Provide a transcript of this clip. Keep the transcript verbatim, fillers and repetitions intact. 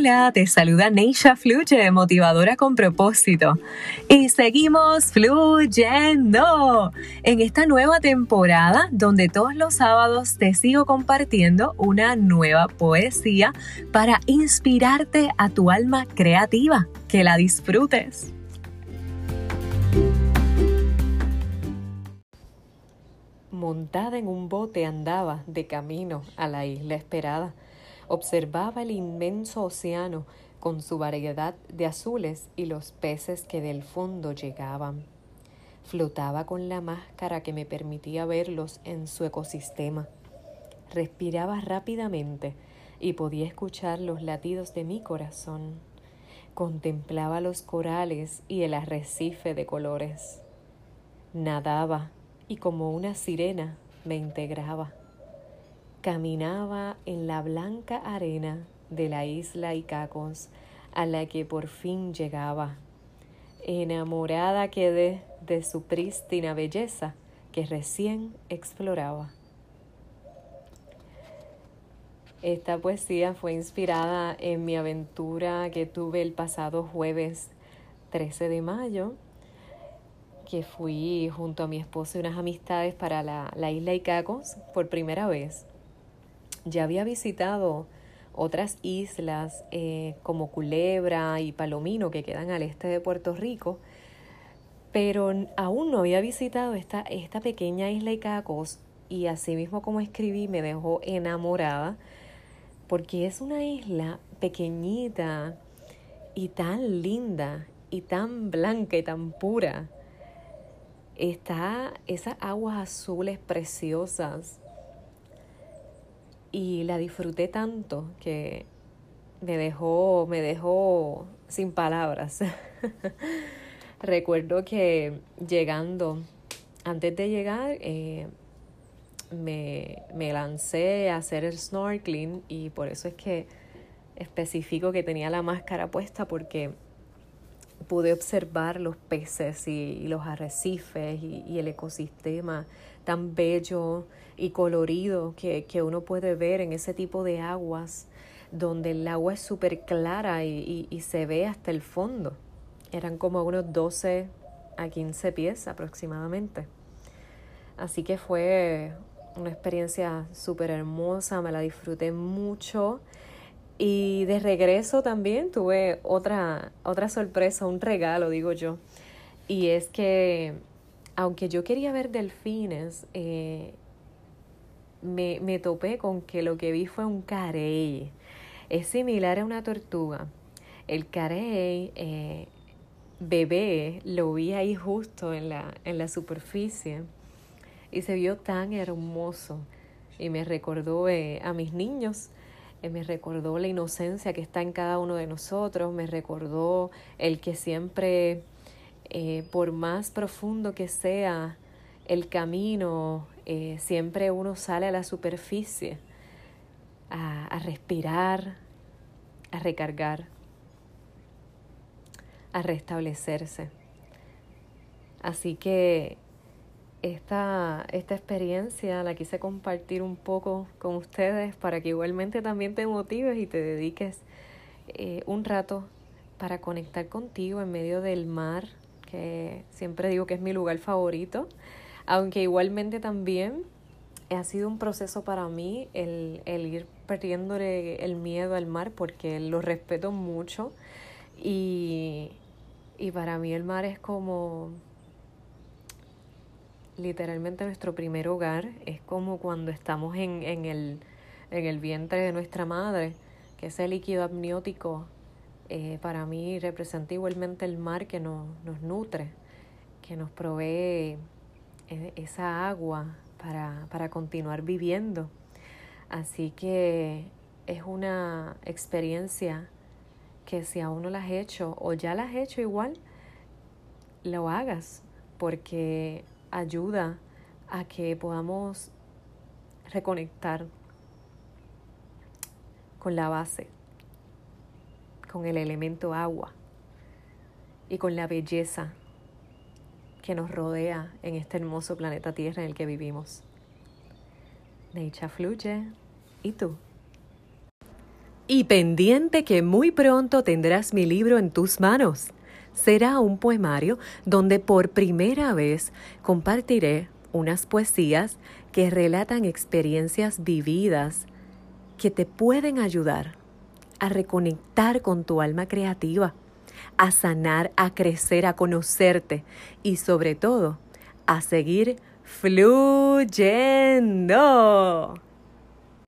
Hola, te saluda Neisha Fluye, motivadora con propósito. Y seguimos fluyendo en esta nueva temporada donde todos los sábados te sigo compartiendo una nueva poesía para inspirarte a tu alma creativa. Que la disfrutes. Montada en un bote andaba de camino a la isla esperada. Observaba el inmenso océano con su variedad de azules y los peces que del fondo llegaban. Flotaba con la máscara que me permitía verlos en su ecosistema. Respiraba rápidamente y podía escuchar los latidos de mi corazón. Contemplaba los corales y el arrecife de colores. Nadaba y como una sirena me integraba. Caminaba en la blanca arena de la isla Icacos, a la que por fin llegaba. Enamorada quedé de su prístina belleza que recién exploraba. Esta poesía fue inspirada en mi aventura que tuve el pasado jueves trece de mayo, que fui junto a mi esposo y unas amistades para la, la isla Icacos por primera vez. Ya había visitado otras islas eh, como Culebra y Palomino, que quedan al este de Puerto Rico, pero aún no había visitado esta, esta pequeña isla Icacos, y así mismo como escribí me dejó enamorada porque es una isla pequeñita y tan linda y tan blanca y tan pura. Está esas aguas azules preciosas y la disfruté tanto que me dejó, me dejó sin palabras. Recuerdo que llegando, antes de llegar, eh, me, me lancé a hacer el snorkeling, y por eso es que especifico que tenía la máscara puesta, porque pude observar los peces y, y los arrecifes y, y el ecosistema tan bello y colorido que, que uno puede ver en ese tipo de aguas, donde el agua es súper clara y, y, y se ve hasta el fondo. Eran como unos doce a quince pies aproximadamente. Así que fue una experiencia súper hermosa, me la disfruté mucho. Y de regreso también tuve otra, otra sorpresa, un regalo, digo yo. Y es que, aunque yo quería ver delfines, eh, me, me topé con que lo que vi fue un carey. Es similar a una tortuga. El carey eh, bebé lo vi ahí justo en la, en la superficie y se vio tan hermoso y me recordó eh, a mis niños. Eh, me recordó la inocencia que está en cada uno de nosotros, me recordó el que siempre, eh, por más profundo que sea el camino, eh, siempre uno sale a la superficie a, a respirar, a recargar, a restablecerse. Así que Esta, esta experiencia la quise compartir un poco con ustedes para que igualmente también te motives y te dediques eh, un rato para conectar contigo en medio del mar, que siempre digo que es mi lugar favorito, aunque igualmente también ha sido un proceso para mí el, el ir perdiéndole el miedo al mar, porque lo respeto mucho y, y para mí el mar es como literalmente nuestro primer hogar. Es como cuando estamos en, en, el, en el vientre de nuestra madre, que ese líquido amniótico eh, para mí representa igualmente el mar que nos, nos nutre, que nos provee eh, esa agua para, para continuar viviendo. Así que es una experiencia que si aún no la has hecho o ya la has hecho igual, lo hagas, porque ayuda a que podamos reconectar con la base, con el elemento agua y con la belleza que nos rodea en este hermoso planeta Tierra en el que vivimos. Neisha Fluye. ¿Y tú? Y pendiente que muy pronto tendrás mi libro en tus manos. Será un poemario donde por primera vez compartiré unas poesías que relatan experiencias vividas que te pueden ayudar a reconectar con tu alma creativa, a sanar, a crecer, a conocerte y sobre todo a seguir fluyendo.